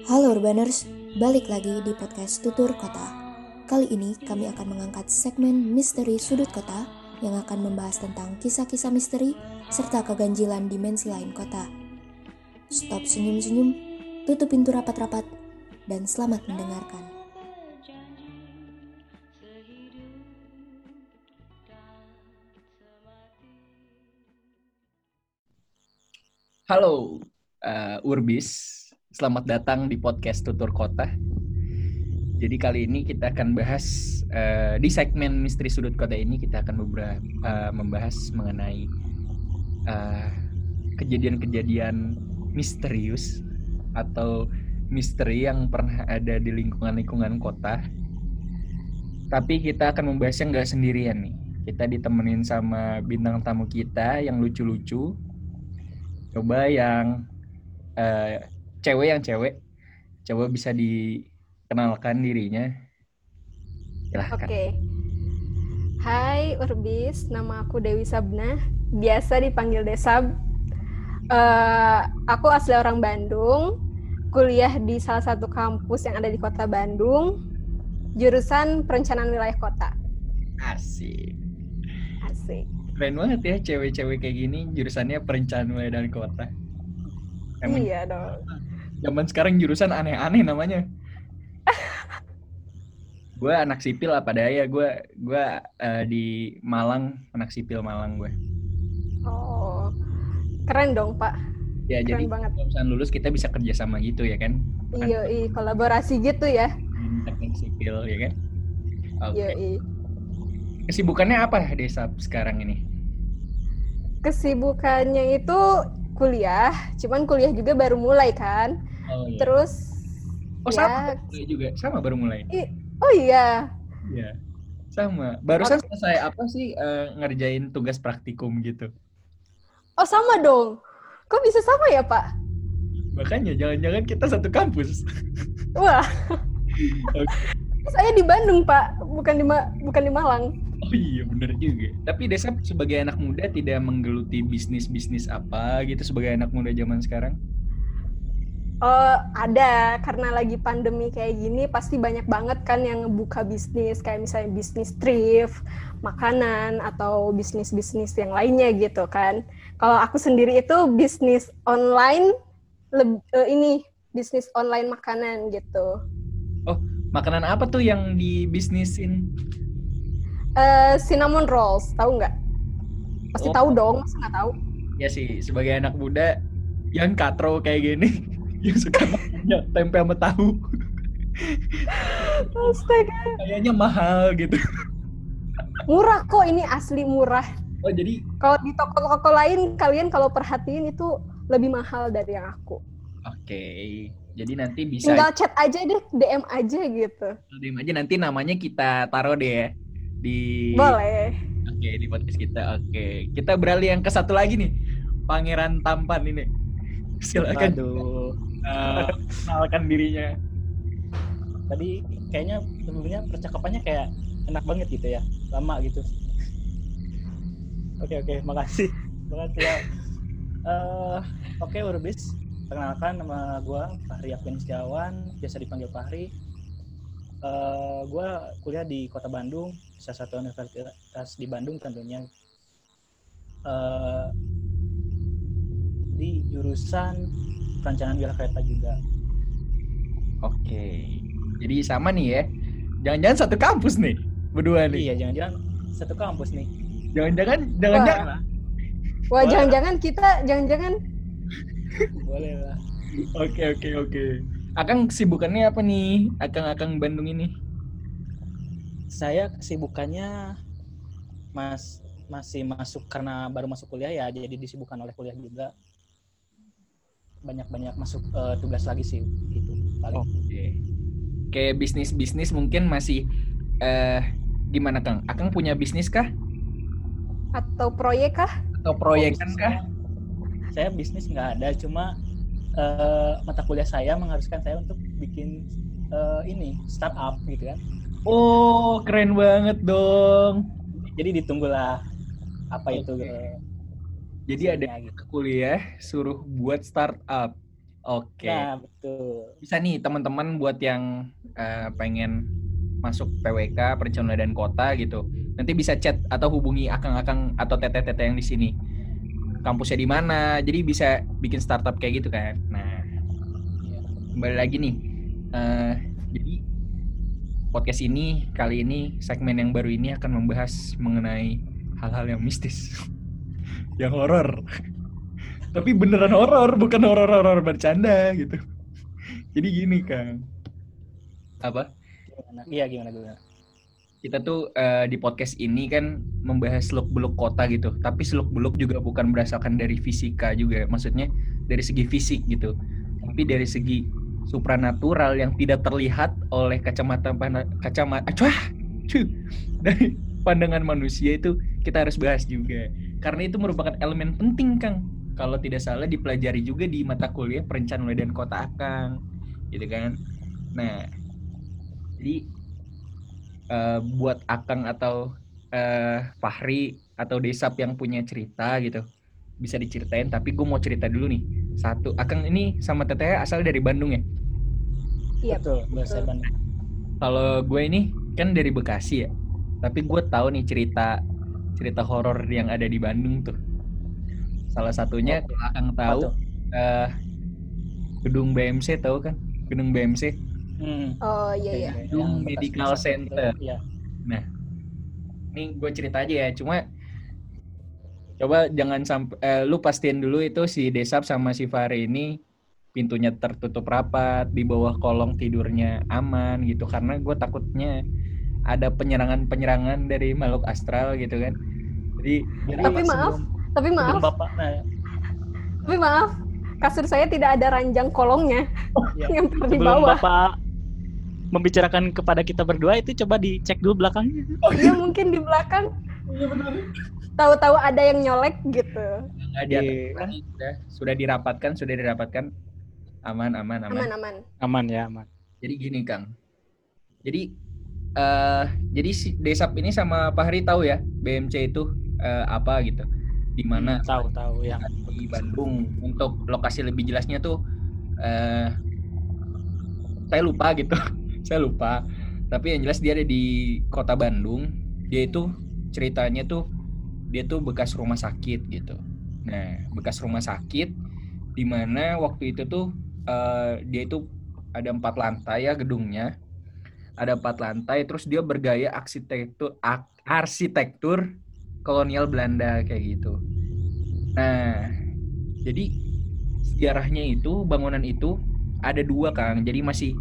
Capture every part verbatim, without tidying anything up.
Halo Urbaners, balik lagi di podcast Tutur Kota. Kali ini kami akan mengangkat segmen Misteri Sudut Kota yang akan membahas tentang kisah-kisah misteri serta keganjilan dimensi lain kota. Stop senyum-senyum, tutup pintu rapat-rapat, dan selamat mendengarkan. Halo, uh, Urbis. Selamat datang di podcast Tutur Kota. Jadi kali ini kita akan bahas, uh, di segmen Misteri Sudut Kota ini kita akan beberapa, uh, membahas mengenai uh, kejadian-kejadian misterius atau misteri yang pernah ada di lingkungan-lingkungan kota. Tapi kita akan membahasnya nggak sendirian nih. Kita ditemenin sama bintang tamu kita yang lucu-lucu. Coba yang uh, cewek yang cewek, coba bisa dikenalkan dirinya. Silahkan. Oke. Hai Urbis, nama aku Dewi Sabna, biasa dipanggil Desab. Uh, aku asli orang Bandung, kuliah di salah satu kampus yang ada di kota Bandung, jurusan perencanaan wilayah kota. Asik. Asik. Keren banget ya cewek-cewek kayak gini, jurusannya perencanaan wilayah dan kota. Emang iya dong. Zaman sekarang jurusan aneh-aneh namanya. Gue anak sipil apa daya, gue gue uh, di Malang, anak sipil Malang gue. Oh, keren dong Pak. Ya keren jadi banget. Kalau misalnya lulus kita bisa kerja sama gitu ya kan? Iya, iya, kolaborasi gitu ya. Teknik sipil ya kan? Oke. Okay. Kesibukannya apa Desa sekarang ini? Kesibukannya itu kuliah, cuman kuliah juga baru mulai kan. Oh, iya. Terus Oh ya, sama juga, sama baru mulai. I- oh iya. Iya, sama. Barusan okay. Selesai apa sih uh, ngerjain tugas praktikum gitu. Oh sama dong. Kok bisa sama ya Pak? Makanya jangan-jangan kita satu kampus. Wah. Okay. Saya di Bandung Pak, bukan di Ma- bukan di Malang. Oh iya benar juga. Tapi Desa sebagai anak muda tidak menggeluti bisnis-bisnis apa gitu sebagai anak muda zaman sekarang? Oh ada, karena lagi pandemi kayak gini pasti banyak banget kan yang buka bisnis kayak misalnya bisnis thrift, makanan atau bisnis-bisnis yang lainnya gitu kan. Kalau aku sendiri itu bisnis online, leb- uh, ini bisnis online makanan gitu. Oh makanan apa tuh yang dibisnisin? Uh, cinnamon rolls, tahu nggak? Pasti oh. tahu dong, masa nggak tahu? Ya sih, sebagai anak muda yang katro kayak gini. Yang suka makannya tempe sama tahu. Astaga. Kayaknya mahal gitu. Murah kok, ini asli murah. Oh jadi kalau di toko-toko lain kalian kalau perhatiin itu lebih mahal dari yang aku. Oke, okay. Jadi nanti bisa tinggal chat aja deh, D M aja gitu. D M aja, nanti namanya kita taruh deh ya di. Boleh. Oke, okay, di podcast kita. Oke, okay. Kita beralih yang ke satu lagi nih, Pangeran Tampan ini. Silakan. Aduh. Uh, kenalkan dirinya. Tadi kayaknya sebelumnya percakapannya kayak enak banget gitu ya, lama gitu. Oke oke, makasih banget ya. Uh, oke okay, Urbis, perkenalkan nama gue Fahri Afgan Setiawan, biasa dipanggil Fahri. Uh, gue kuliah di Kota Bandung, salah satu universitas di Bandung tentunya. Uh, di jurusan perencanaan wilayah kota juga. Oke, jadi sama nih ya. Jangan-jangan satu kampus nih, berdua nih. Iya, jangan-jangan satu kampus nih. Jangan-jangan, jangan-jangan. Wah, Wah jangan-jangan kita, jangan-jangan. Boleh lah. Oke, oke, oke. Akang kesibukannya apa nih, Akang-akang Bandung ini? Saya kesibukannya mas masih masuk karena baru masuk kuliah ya, jadi disibukkan oleh kuliah juga. Banyak-banyak masuk uh, tugas lagi sih gitu paling. Oke. Okay. Kayak bisnis-bisnis mungkin masih uh, gimana Kang? Akang punya bisnis kah? Atau proyek kah? Atau proyekan oh, kah? Saya bisnis nggak ada, cuma uh, mata kuliah saya mengharuskan saya untuk bikin uh, ini startup gitu kan. Oh keren banget dong. Jadi ditunggulah apa okay. itu. Uh, Jadi ada gitu. Kuliah suruh buat startup. Oke. Nah, betul. Bisa nih teman-teman buat yang uh, pengen masuk P W K perencanaan dan kota gitu. Nanti bisa chat atau hubungi akang-akang atau tete-tete yang di sini. Kampusnya di mana? Jadi bisa bikin startup kayak gitu kan. Nah, kembali lagi nih. Uh, jadi podcast ini kali ini segmen yang baru ini akan membahas mengenai hal-hal yang mistis, yang horor. Tapi beneran horor, bukan horor-horor bercanda gitu. Jadi gini Kang. Apa? Gimana? Iya gimana gimana? Kita tuh uh, di podcast ini kan membahas seluk-beluk kota gitu. Tapi seluk-beluk juga bukan berdasarkan dari fisika juga. Maksudnya dari segi fisik gitu. Tapi dari segi supranatural yang tidak terlihat oleh kacamata kacamata acuah, cuy, dari pandangan manusia itu kita harus bahas juga. Karena itu merupakan elemen penting Kang. Kalau tidak salah dipelajari juga di mata kuliah perencanaan dan kota Akang, gitu kan. Nah, jadi uh, buat Akang atau uh, Fahri atau Desap yang punya cerita gitu, bisa diceritain. Tapi gue mau cerita dulu nih. Satu, Akang ini sama Teteh asal dari Bandung ya? Iya. Betul, bahasa Bandung. Kalau gue ini kan dari Bekasi ya. Tapi gue tahu nih cerita cerita horor yang ada di Bandung tuh. Salah satunya kalau Akang tahu uh, gedung B M C, tahu kan? Gedung B M C. Hmm. Oh iya iya. Gedung Medical Center. Iya. Nah, ini gue cerita aja ya. Cuma coba jangan sampai uh, lu pastiin dulu itu si Desap sama si Fahri ini pintunya tertutup rapat, di bawah kolong tidurnya aman gitu. Karena gue takutnya ada penyerangan-penyerangan dari makhluk astral gitu kan. Jadi, tapi maaf. Tapi maaf, Bapak, nah. tapi maaf, kasur saya tidak ada ranjang kolongnya ya. yang di Sebelum bawah. Bapak membicarakan kepada kita berdua itu coba dicek dulu belakangnya. Oh iya mungkin di belakang. Iya benar. Tahu-tahu ada yang nyolek gitu. Nggak di atas, sudah sudah dirapatkan, sudah dirapatkan, aman, aman, aman. Aman, aman. Aman ya, aman. Jadi gini Kang, jadi uh, jadi si Desap ini sama Pak Hari tahu ya B M C itu uh, apa gitu. Di mana? Hmm, tahu tahu yang di Bandung. Untuk lokasi lebih jelasnya tuh uh, saya lupa gitu. Saya lupa. Tapi yang jelas dia ada di kota Bandung. Dia itu ceritanya tuh dia tuh bekas rumah sakit gitu. Nah, bekas rumah sakit di mana waktu itu tuh uh, dia itu ada empat lantai ya gedungnya. Ada empat lantai terus dia bergaya arsitektur arsitektur kolonial Belanda kayak gitu. Nah, jadi sejarahnya itu bangunan itu ada dua Kang. Jadi masih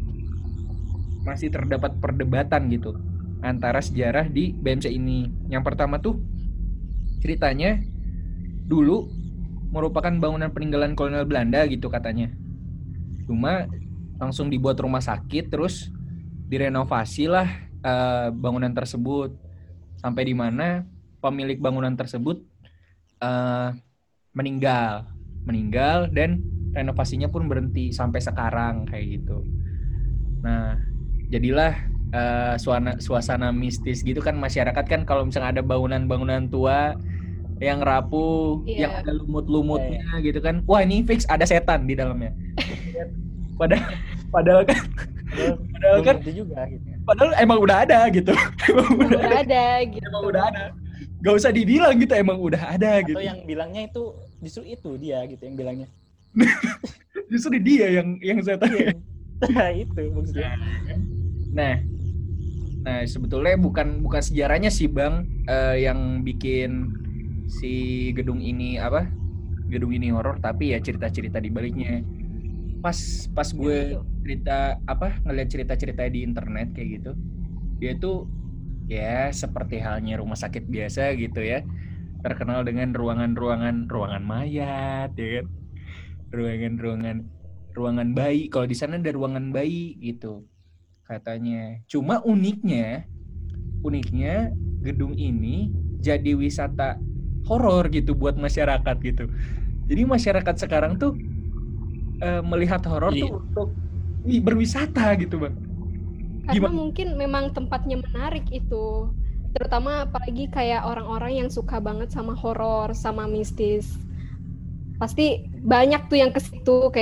masih terdapat perdebatan gitu antara sejarah di B M C ini. Yang pertama tuh ceritanya dulu merupakan bangunan peninggalan kolonial Belanda gitu katanya. Cuma langsung dibuat rumah sakit terus direnovasi lah uh, bangunan tersebut sampai di mana pemilik bangunan tersebut uh, meninggal, meninggal dan renovasinya pun berhenti sampai sekarang kayak gitu. Nah, jadilah uh, suasana, suasana mistis gitu kan masyarakat kan kalau misalnya ada bangunan-bangunan tua yang rapuh, yeah. yang ada lumut-lumutnya yeah. gitu kan, wah ini fix ada setan di dalamnya. Padahal, padahal kan, padahal kan, juga, gitu. Padahal emang udah ada gitu. Emang udah ada gitu. Emang udah ada. Gak usah dibilang gitu, emang udah ada gitu. Atau yang bilangnya itu justru itu dia gitu yang bilangnya. Justru dia yang yang saya tanya. Nah, itu maksudnya. Nah, nah sebetulnya bukan bukan sejarahnya sih Bang uh, yang bikin si gedung ini apa? Gedung ini horor, tapi ya cerita-cerita di baliknya. Pas pas gue cerita apa ngeliat cerita-cerita di internet kayak gitu, dia tuh ya seperti halnya rumah sakit biasa gitu ya, terkenal dengan ruangan-ruangan ruangan mayat ya kan, ruangan-ruangan ruangan bayi. Kalau di sana ada ruangan bayi gitu katanya. Cuma uniknya uniknya gedung ini jadi wisata horor gitu buat masyarakat gitu. Jadi masyarakat sekarang tuh uh, melihat horor iya. tuh untuk berwisata gitu Bang. Karena Gimana? mungkin memang tempatnya menarik itu. Terutama apalagi kayak orang-orang yang suka banget sama horor, sama mistis. Pasti banyak tuh yang ke situ kayak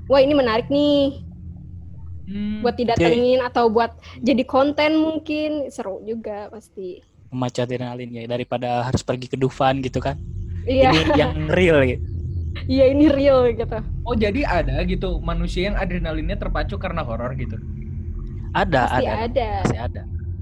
wah ini menarik nih Hmm, buat didatengin atau buat jadi konten, mungkin seru juga pasti. Memacu adrenalin ya daripada harus pergi ke Dufan gitu kan. Iya. Ini yang real gitu. Iya, ini real gitu. Oh, jadi ada gitu manusia yang adrenalinnya terpacu karena horor gitu. Ada, Pasti ada. ada. Pasti ada.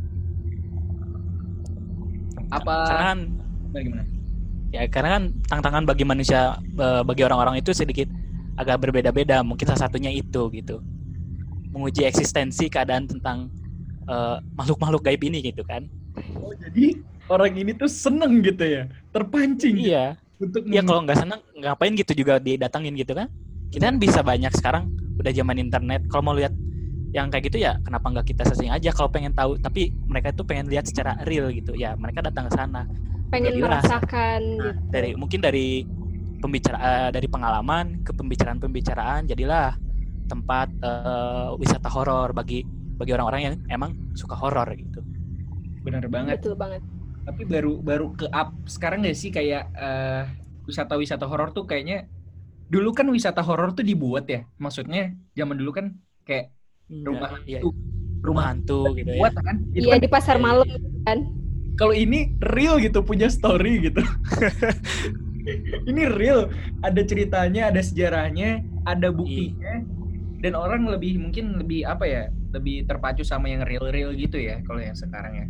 Apa Karena kan bagaimana? ya karena kan tantangan bagi manusia, bagi orang-orang itu sedikit agak berbeda-beda. Mungkin salah satunya itu gitu. Menguji eksistensi keadaan tentang uh, makhluk-makhluk gaib ini gitu kan. Oh, jadi orang ini tuh seneng gitu ya, terpancing. Iya. Untuk Iya, kalau nggak seneng ngapain gitu juga didatangin gitu kan. Kita kan bisa banyak sekarang, udah zaman internet. Kalau mau lihat yang kayak gitu ya kenapa nggak kita searching aja kalau pengen tahu. Tapi mereka tuh pengen lihat secara real gitu. Ya mereka datang ke sana. Pengen Jadilah, merasakan nah, gitu. dari mungkin dari pembicara dari pengalaman ke pembicaraan-pembicaraan jadilah tempat uh, wisata horor bagi bagi orang-orang yang emang suka horor gitu. Bener banget. Betul banget. Tapi baru baru ke up sekarang nggak sih kayak uh, wisata-wisata horor tuh kayaknya dulu kan wisata horor tuh dibuat ya. Maksudnya zaman dulu kan kayak rumah ya, hantu, ya. rumah hantu gitu buat ya. kan? Itu Iya, kan di pasar malam kan. kalau ini real gitu, punya story gitu. Ini real, ada ceritanya, ada sejarahnya, ada buktinya. Dan orang lebih mungkin lebih apa ya, lebih terpacu sama yang real-real gitu ya kalau yang sekarang ya.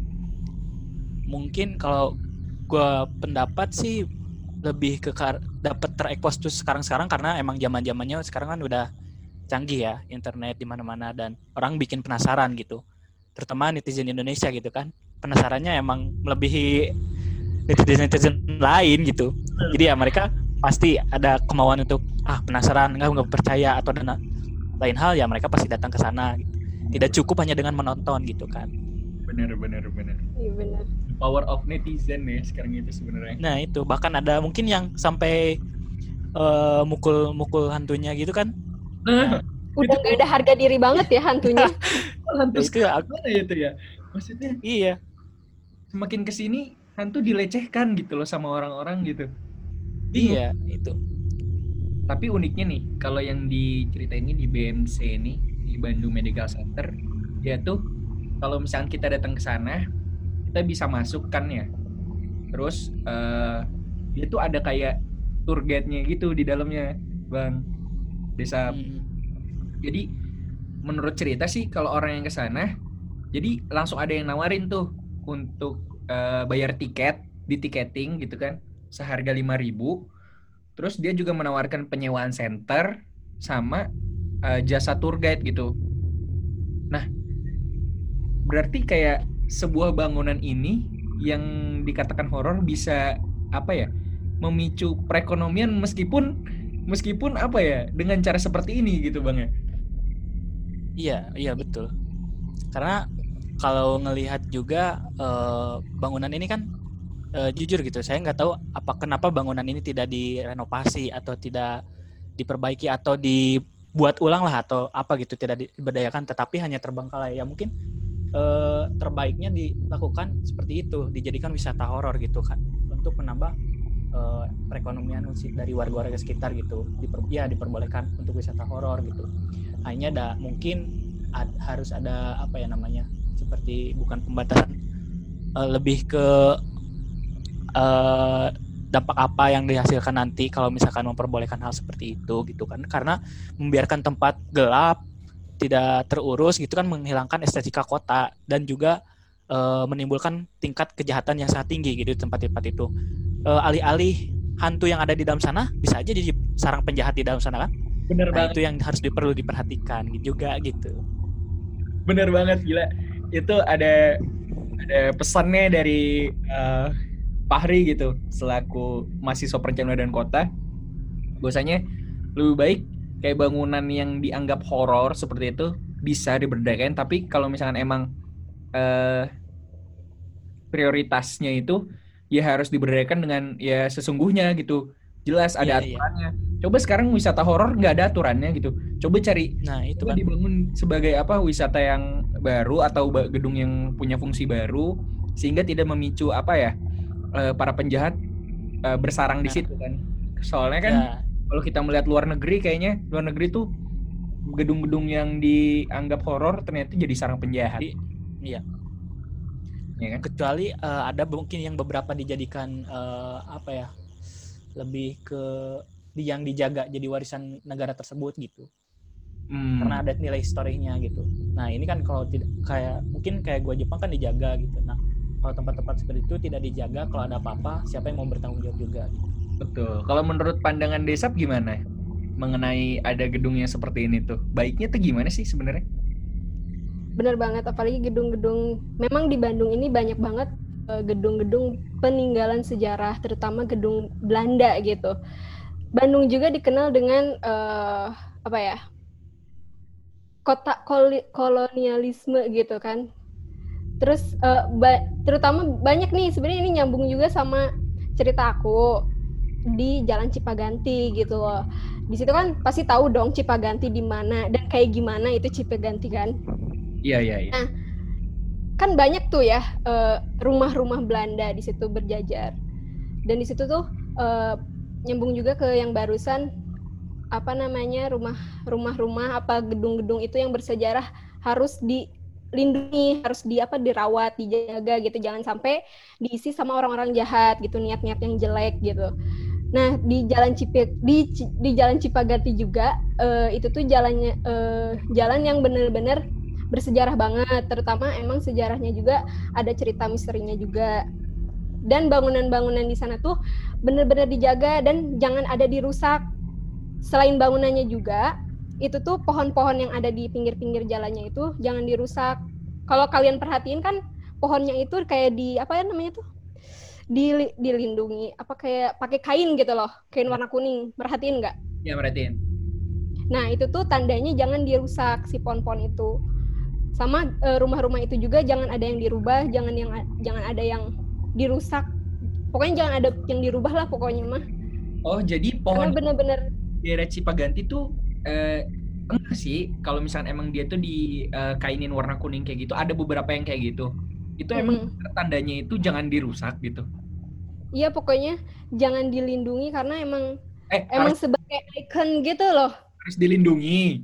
Mungkin kalau gue pendapat sih lebih ke kar- dapat terekspos tuh sekarang-sekarang karena emang zaman-zamannya sekarang kan udah canggih ya, internet di mana-mana dan orang bikin penasaran gitu. Terutama netizen Indonesia gitu kan. Penasarannya emang melebihi netizen-netizen lain gitu. Jadi ya mereka pasti ada kemauan untuk ah penasaran, enggak enggak percaya atau dan lain hal ya mereka pasti datang ke sana gitu. Tidak cukup hanya dengan menonton gitu kan. Bener bener bener. Iya benar. The power of netizen ya sekarang itu sebenarnya. Nah itu bahkan ada mungkin yang sampai uh, mukul-mukul hantunya gitu kan. Nah, udah nggak ada harga diri banget ya hantunya. Hantu itu aku ya itu ya. Maksudnya iya. Semakin kesini hantu dilecehkan gitu loh sama orang-orang gitu. Iya itu. Tapi uniknya nih, kalau yang diceritain ini di B M C nih, di Bandung Medical Center, dia tuh kalau misalnya kita datang ke sana, kita bisa masuk kan ya. Terus uh, dia tuh ada kayak tour guide-nya gitu di dalamnya, Bang. Desa. Hmm. Jadi menurut cerita sih kalau orang yang ke sana, jadi langsung ada yang nawarin tuh untuk uh, bayar tiket, di tiketing gitu kan, seharga lima ribu. Terus dia juga menawarkan penyewaan center sama uh, jasa tour guide gitu. Nah, berarti kayak sebuah bangunan ini yang dikatakan horor bisa apa ya? Memicu perekonomian meskipun meskipun apa ya? Dengan cara seperti ini gitu, Bang ya. Iya, iya betul. Karena kalau ngelihat juga uh, bangunan ini kan Uh, jujur gitu, saya nggak tahu apa kenapa bangunan ini tidak direnovasi atau tidak diperbaiki atau dibuat ulang lah atau apa gitu, tidak diberdayakan, tetapi hanya terbengkalai. Ya mungkin uh, terbaiknya dilakukan seperti itu, dijadikan wisata horor gitu kan, untuk menambah uh, perekonomian dari warga-warga sekitar gitu. Diper, ya diperbolehkan untuk wisata horor gitu. Hanya ada mungkin ad, harus ada apa ya namanya, seperti bukan pembatasan, uh, lebih ke Uh, dampak apa yang dihasilkan nanti kalau misalkan memperbolehkan hal seperti itu gitu kan, karena membiarkan tempat gelap tidak terurus gitu kan menghilangkan estetika kota dan juga uh, menimbulkan tingkat kejahatan yang sangat tinggi gitu di tempat-tempat itu. Uh, alih-alih hantu yang ada di dalam sana bisa aja jadi sarang penjahat di dalam sana kan. Bener nah, banget. Itu yang harus diperlu diperhatikan juga gitu. Bener banget, gila. Itu ada ada pesannya dari uh, Fahri gitu, selaku mahasiswa perencanaan dan kota, bahwasanya lebih baik kayak bangunan yang dianggap horor seperti itu bisa diberdayakan, tapi kalau misalkan emang eh, prioritasnya itu ya harus diberdayakan dengan ya sesungguhnya gitu, jelas ada yeah, aturannya. Yeah. Coba sekarang wisata horor nggak ada aturannya gitu, coba cari, nah itu coba kan dibangun sebagai apa wisata yang baru atau gedung yang punya fungsi baru sehingga tidak memicu apa ya para penjahat uh, bersarang nah. di situ kan. Soalnya kan ya. Kalau kita melihat luar negeri, kayaknya luar negeri tuh gedung-gedung yang dianggap horor ternyata jadi sarang penjahat. Di, iya. Ya kan? Kecuali uh, ada mungkin yang beberapa dijadikan uh, apa ya, lebih ke yang dijaga jadi warisan negara tersebut gitu. Hmm. Karena ada nilai historinya gitu. Nah ini kan kalau tidak kayak mungkin kayak gua Jepang kan dijaga gitu. Nah kalau tempat-tempat seperti itu tidak dijaga, kalau ada apa-apa siapa yang mau bertanggung jawab juga gitu. Betul. Kalau menurut pandangan Desap gimana mengenai ada gedung yang seperti ini tuh? Baiknya tuh gimana sih sebenarnya? Bener banget, apalagi gedung-gedung. Memang di Bandung ini banyak banget uh, gedung-gedung peninggalan sejarah, terutama gedung Belanda gitu. Bandung juga dikenal dengan uh, apa ya? Kota kol- kolonialisme gitu kan. Terus uh, ba- terutama banyak nih sebenarnya ini nyambung juga sama cerita aku di Jalan Cipaganti gitu loh. Di situ kan pasti tahu dong Cipaganti di mana dan kayak gimana itu Cipaganti kan. Iya iya iya. Nah, kan banyak tuh ya uh, rumah-rumah Belanda di situ berjajar. Dan di situ tuh uh, nyambung juga ke yang barusan apa namanya rumah rumah-rumah apa gedung-gedung itu yang bersejarah harus dilindungi, harus di apa dirawat, dijaga gitu. Jangan sampai diisi sama orang-orang jahat gitu, niat-niat yang jelek gitu. Nah, di Jalan Cipik di di Jalan Cipaganti juga uh, itu tuh jalannya uh, jalan yang benar-benar bersejarah banget, terutama emang sejarahnya juga ada cerita misterinya juga. Dan bangunan-bangunan di sana tuh benar-benar dijaga dan jangan ada dirusak. Selain bangunannya juga, itu tuh pohon-pohon yang ada di pinggir-pinggir jalannya itu jangan dirusak. Kalau kalian perhatiin kan pohonnya itu kayak di apa ya namanya tuh? Di, dilindungi apa kayak pakai kain gitu loh, kain warna kuning. Merhatiin nggak? Ya, merhatiin. Nah, itu tuh tandanya jangan dirusak si pohon-pohon itu. Sama e, rumah-rumah itu juga jangan ada yang dirubah, jangan yang jangan ada yang dirusak. Pokoknya jangan ada yang dirubah lah pokoknya mah. Oh, jadi pohon bener-bener daerah Cipaganti tuh eh, enggak sih, kalau misalnya emang dia tuh di uh, kainin warna kuning kayak gitu, ada beberapa yang kayak gitu. Itu emang mm-hmm. tandanya itu jangan dirusak gitu. Iya, pokoknya jangan dilindungi karena emang eh, emang harus, sebagai ikon gitu loh. Harus dilindungi.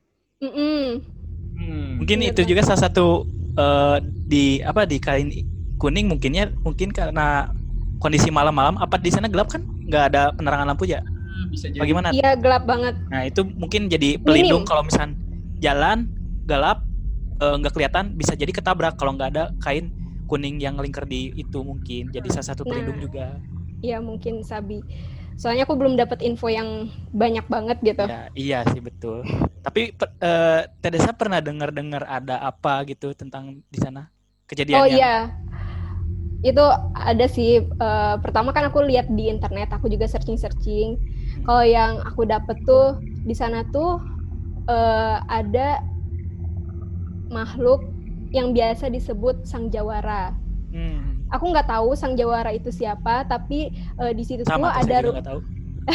Hmm. Mungkin bener itu kan juga salah satu uh, di apa di kain kuning mungkinnya mungkin karena kondisi malam-malam apa di sana gelap kan? Nggak ada penerangan lampu ya? Bisa jadi. Bagaimana? Iya, gelap banget. Nah, itu mungkin jadi pelindung kalau misal jalan gelap nggak uh, kelihatan, bisa jadi ketabrak kalau nggak ada kain kuning yang lingkar di itu mungkin jadi salah satu pelindung nah, juga. Iya mungkin Sabi. Soalnya aku belum dapat info yang banyak banget gitu. Ya, iya sih betul. Tapi uh, Tedesa pernah dengar-dengar ada apa gitu tentang di sana kejadiannya? Oh iya, itu ada sih. Uh, pertama kan aku lihat di internet, aku juga searching-searching. Hmm. Kalau yang aku dapet tuh di sana tuh uh, ada makhluk yang biasa disebut Sang Jawara. Hmm. Aku nggak tahu Sang Jawara itu siapa, tapi uh, di situ tuh ada. Nggak tahu.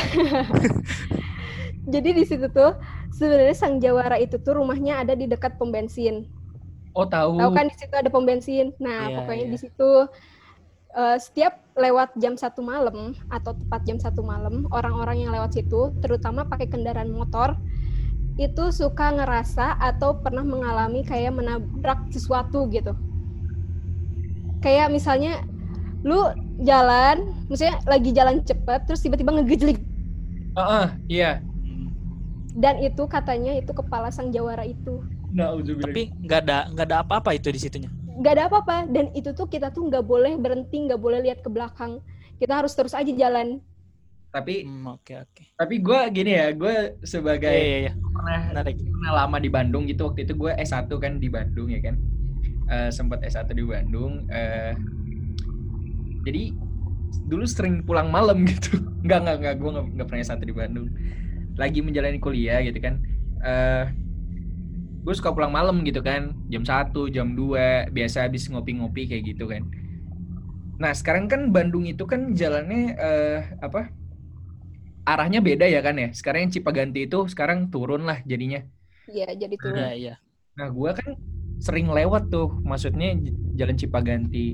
Jadi di situ tuh sebenarnya Sang Jawara itu tuh rumahnya ada di dekat pom bensin. Oh tahu. Tahu kan di situ ada pom bensin. Nah yeah, pokoknya yeah. di situ uh, setiap lewat jam satu malam atau tepat jam satu malam orang-orang yang lewat situ, terutama pakai kendaraan motor, itu suka ngerasa atau pernah mengalami kayak menabrak sesuatu gitu. Kayak misalnya lu jalan, misalnya lagi jalan cepat, terus tiba-tiba ngegejlik. Ah, uh-uh, iya. Dan itu katanya itu kepala Sang Jawara itu. Nah, tapi nggak ada nggak ada apa-apa itu di situnya. Nggak ada apa-apa. Dan itu tuh kita tuh nggak boleh berhenti, nggak boleh lihat ke belakang. Kita harus terus aja jalan. Tapi, hmm, oke okay, oke. Okay. Tapi gue gini ya, gue sebagai yeah, yeah, yeah. pernah pernah lama di Bandung gitu. Waktu itu gue S satu kan di Bandung ya kan. Uh, sempat S satu di Bandung. Uh, jadi dulu sering pulang malam gitu. Enggak enggak enggak gue nggak pernah S satu di Bandung. Lagi menjalani kuliah gitu kan. Uh, gue suka pulang malam gitu kan. Jam satu, jam dua, biasa habis ngopi-ngopi kayak gitu kan. Nah, sekarang kan Bandung itu kan jalannya uh, apa? Arahnya beda ya kan ya. Sekarang yang Cipaganti itu sekarang turun lah jadinya. Iya, jadi turun. Iya, iya. Nah, gue kan sering lewat tuh, maksudnya jalan Cipaganti.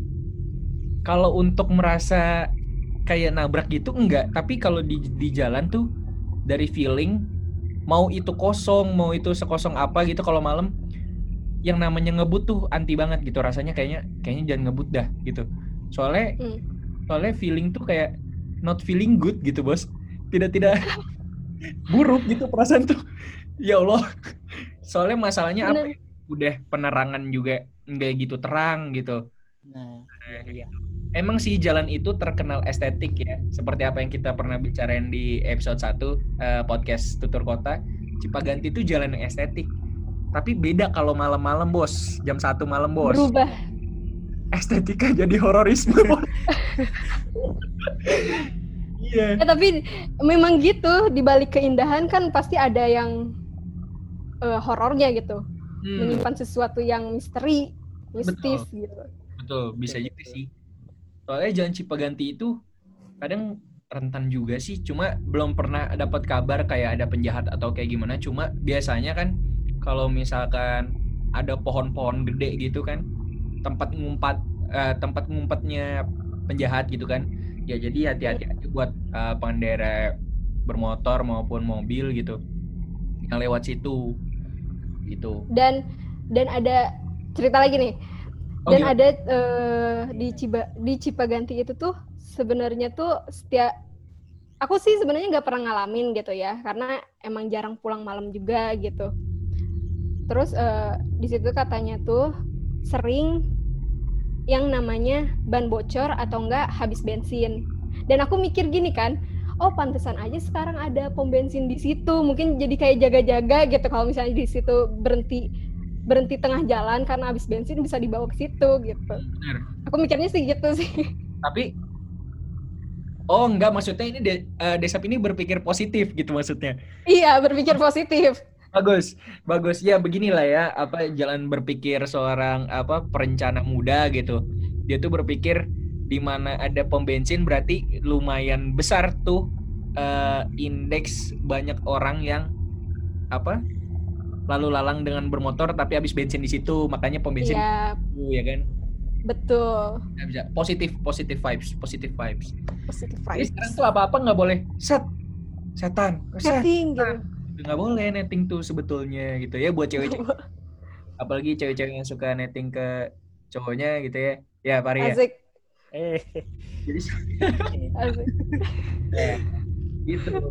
Kalau untuk merasa kayak nabrak gitu enggak, tapi kalau di di jalan tuh dari feeling, mau itu kosong, mau itu sekosong apa gitu kalau malam, yang namanya ngebut tuh anti banget gitu rasanya, kayaknya kayaknya jangan ngebut dah gitu. Soalnya Hmm. soalnya feeling tuh kayak not feeling good gitu, Bos. Tidak tidak buruk gitu perasaan tuh. Ya Allah. Soalnya masalahnya apa? Bener. Ya? Udah penerangan juga nggak gitu terang gitu. Nah, iya, iya. Emang sih jalan itu terkenal estetik ya, seperti apa yang kita pernah bicarain di episode satu uh, podcast Tutur Kota. Cipaganti itu jalan yang estetik. Tapi beda kalau malam-malam, Bos. Jam satu malam, Bos. Berubah. Estetika jadi hororisme. Iya. Ya, tapi memang gitu, di balik keindahan kan pasti ada yang uh, horornya gitu. Hmm. Menyimpan sesuatu yang misteri, mistis Betul. gitu. Betul, bisa juga sih. Soalnya Jalan Cipaganti itu kadang rentan juga sih, cuma belum pernah dapat kabar kayak ada penjahat atau kayak gimana. Cuma biasanya kan kalau misalkan ada pohon-pohon gede gitu kan, tempat ngumpat uh, tempat ngumpetnya penjahat gitu kan. Ya jadi hati-hati aja buat uh, pengendara bermotor maupun mobil gitu yang lewat situ gitu. Dan dan ada cerita lagi nih. Dan oh, ada uh, di Ciba, di Cipaganti itu tuh sebenarnya tuh setiap aku sih sebenarnya nggak pernah ngalamin gitu ya, karena emang jarang pulang malam juga gitu. Terus uh, di situ katanya tuh sering yang namanya ban bocor atau enggak habis bensin. Dan aku mikir gini kan, oh pantesan aja sekarang ada pom bensin di situ, mungkin jadi kayak jaga-jaga gitu kalau misalnya di situ berhenti berhenti tengah jalan karena habis bensin bisa dibawa ke situ gitu. Bener. Aku mikirnya sih gitu sih. Tapi oh enggak, maksudnya ini de, uh, Desap ini berpikir positif gitu maksudnya. Iya, berpikir positif. Bagus, bagus ya, beginilah ya apa jalan berpikir seorang apa perencana muda gitu. Dia tuh berpikir di mana ada pom bensin berarti lumayan besar tuh uh, indeks banyak orang yang apa lalu lalang dengan bermotor tapi habis bensin di situ, makanya pom bensin ya, itu, ya kan? Betul. Nah, bisa positif, positif vibes, positif vibes. Positif vibes. Jadi sekarang tuh apa-apa nggak boleh set setan, set, netting gitu. Nggak boleh netting tuh sebetulnya gitu ya buat cewek-cewek. Apalagi cewek-cewek yang suka netting ke cowoknya gitu ya. Ya, Pari ya. Asik. Eh. Jadi Asik. ya, gitu.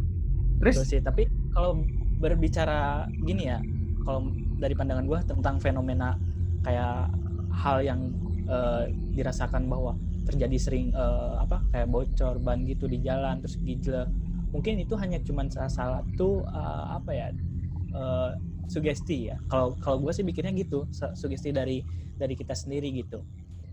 Terus Terus sih, tapi kalau berbicara gini ya, kalau dari pandangan gue tentang fenomena kayak hal yang uh, dirasakan bahwa terjadi sering uh, apa kayak bocor ban gitu di jalan terus gila, mungkin itu hanya cuman salah satu uh, apa ya uh, sugesti ya. Kalau kalau gue sih pikirnya gitu, sugesti dari dari kita sendiri gitu.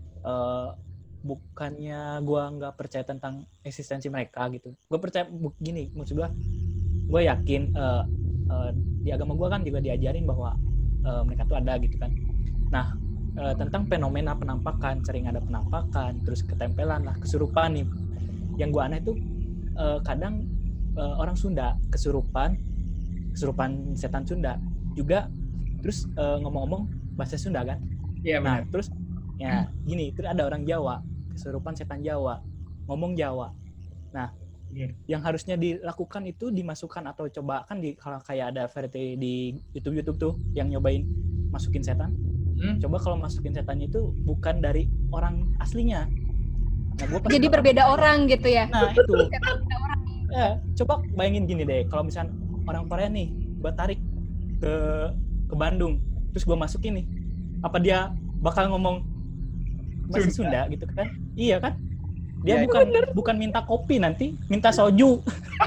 Uh, bukannya gue nggak percaya tentang eksistensi mereka gitu. Gue percaya gini, maksud gue, gue yakin uh, uh, di agama gue kan juga diajarin bahwa uh, mereka tuh ada gitu kan. Nah uh, tentang fenomena penampakan, sering ada penampakan, terus ketempelan lah, kesurupan nih. Yang gue aneh tuh uh, kadang uh, orang Sunda kesurupan, kesurupan setan Sunda juga, terus uh, ngomong-ngomong bahasa Sunda kan. Iya benar. Nah terus ya gini, terus ada orang Jawa kesurupan setan Jawa, ngomong Jawa. Nah yeah. yang harusnya dilakukan itu dimasukkan atau coba kan di kalau kayak ada variety di YouTube YouTube tuh yang nyobain masukin setan. Hmm? Coba kalau masukin setannya itu bukan dari orang aslinya. Nah, gua jadi berbeda orang gitu ya. Nah itu. Ya, coba bayangin gini deh, kalau misalnya orang Korea nih, gue tarik ke ke Bandung, terus gue masukin nih, apa dia bakal ngomong bahasa Sunda, Sunda gitu kan? Iya kan? Dia ya, bukan bener. bukan minta kopi nanti, minta soju.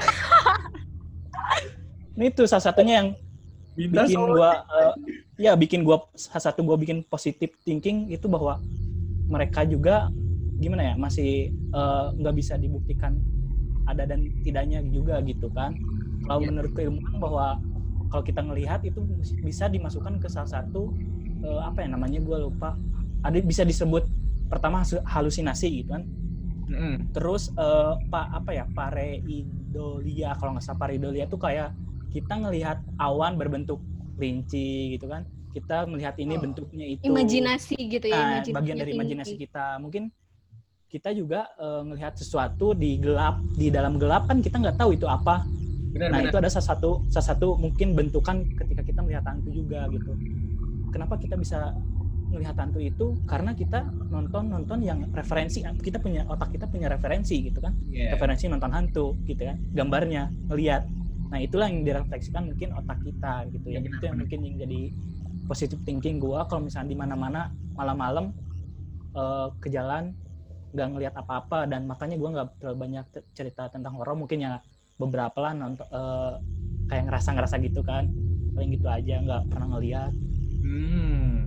Ini tuh salah satunya yang minta bikin gue, uh, ya bikin gue salah satu gue bikin positive thinking itu bahwa mereka juga gimana ya masih nggak uh, bisa dibuktikan ada dan tidaknya juga gitu kan. Kalau ya. Menurut keilmuan bahwa kalau kita ngelihat itu bisa dimasukkan ke salah satu uh, apa ya namanya gue lupa. Ada bisa disebut pertama halusinasi gitu kan. Mm. Terus uh, pak apa ya pareidolia, kalau nggak salah pareidolia itu kayak kita ngelihat awan berbentuk kelinci gitu kan. Kita melihat ini oh. bentuknya itu. Imajinasi gitu ya. Nah, imajinasi bagian dari imajinasi kita. Mungkin kita juga uh, ngelihat sesuatu di gelap, di dalam gelap kan kita nggak tahu itu apa. Benar, Nah benar. itu ada salah satu salah satu mungkin bentukan ketika kita melihat hantu juga gitu. Kenapa kita bisa melihat hantu itu? Karena kita nonton nonton yang referensi, kita punya otak kita punya referensi gitu kan, Iya. referensi nonton hantu gitu kan, gambarnya ngelihat. Nah itulah yang direfleksikan mungkin otak kita gitu ya. Ya, Itu yang mungkin yang jadi positive thinking gua kalau misalnya di mana-mana malam-malam uh, ke jalan nggak ngelihat apa-apa, dan makanya gua nggak terlalu banyak cerita tentang horor, mungkin ya beberapa lah nonton uh, kayak ngerasa-ngerasa gitu kan, paling gitu aja, nggak pernah ngelihat. Hmm.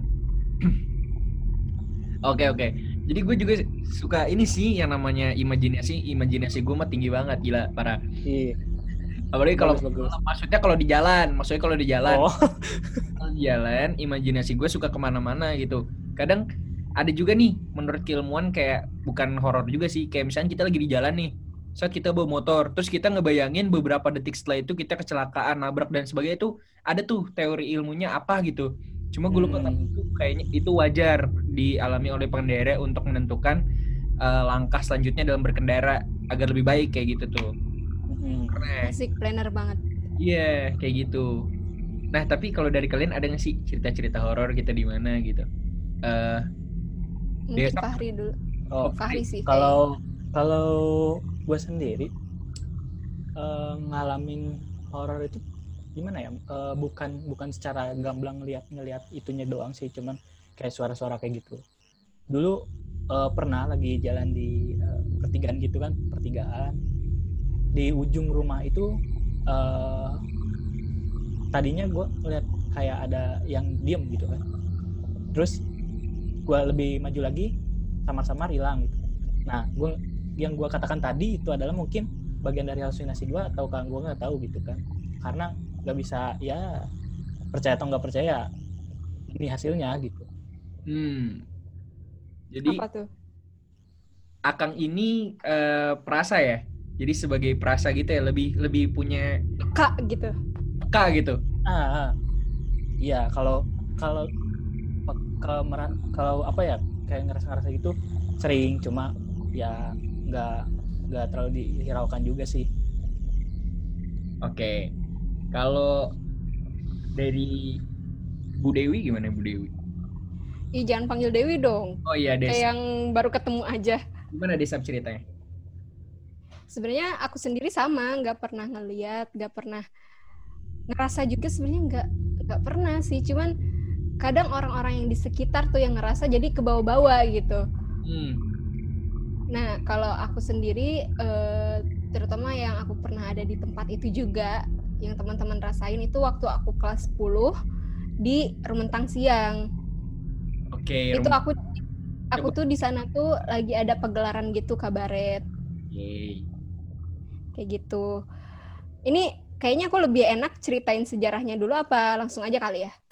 Oke oke. Jadi gue juga suka ini sih yang namanya imajinasi. Imajinasi gue mah tinggi banget, gila, parah. Iya. Apalagi kalau Bagus, bagus. maksudnya kalau di jalan, maksudnya kalau di jalan, Oh. kalau di jalan, imajinasi gue suka kemana-mana gitu. Kadang ada juga nih, menurut keilmuan kayak bukan horor juga sih, kayak misalnya kita lagi di jalan nih, saat kita bawa motor, terus kita ngebayangin beberapa detik setelah itu kita kecelakaan, nabrak dan sebagainya, itu ada tuh teori ilmunya apa gitu. Cuma gue lupa, tapi itu kayaknya itu wajar dialami oleh pengendara untuk menentukan uh, langkah selanjutnya dalam berkendara agar lebih baik kayak gitu tuh. Hmm. Keren. Asik, planner banget. Iya, yeah, kayak gitu. Nah, tapi kalau dari kalian ada nggak sih cerita-cerita horor gitu di mana gitu? Uh, Mungkin Desa- Fahri dulu. Oh, Fahri sih. kalau kalau gue sendiri uh, ngalamin horor itu gimana ya? Uh, bukan bukan secara gamblang ngeliat ngeliat itunya doang sih, cuman kayak suara-suara kayak gitu. Dulu uh, pernah lagi jalan di uh, pertigaan gitu kan, pertigaan. Di ujung rumah itu uh, tadinya gue ngeliat kayak ada yang diem gitu kan. Terus gue lebih maju lagi, samar-samar hilang gitu. Nah, gue yang gue katakan tadi itu adalah mungkin bagian dari halusinasi gue, atau kan gue nggak tahu gitu kan. Karena nggak bisa, ya percaya atau nggak percaya, ini hasilnya gitu. Hmm. Jadi Apa tuh? Akang ini uh, perasa ya. Jadi sebagai perasa gitu ya, lebih lebih punya Kak gitu. peka gitu. Ah, ah. Iya, kalau kalau kalau kalau apa ya, kayak ngerasa-ngerasa gitu sering, cuma ya nggak nggak terlalu dihiraukan juga sih. Oke. Kalau dari Bu Dewi gimana, Bu Dewi? Ih, jangan panggil Dewi dong. Oh iya, Des. Kayak yang baru ketemu aja. Gimana Desap ceritanya? Sebenarnya aku sendiri sama, nggak pernah ngeliat, nggak pernah ngerasa juga, sebenarnya nggak nggak pernah sih. Cuman kadang orang-orang yang di sekitar tuh yang ngerasa, jadi kebawa-bawa gitu. Hmm. Nah, kalau aku sendiri, eh, terutama yang aku pernah ada di tempat itu juga, yang teman-teman rasain itu waktu aku kelas sepuluh di Rumentang Siang. Oke. Itu rum- aku aku tuh di sana tuh lagi ada pegelaran gitu kabaret. Yeay. Kayak gitu. Ini kayaknya aku lebih enak ceritain sejarahnya dulu apa langsung aja kali ya?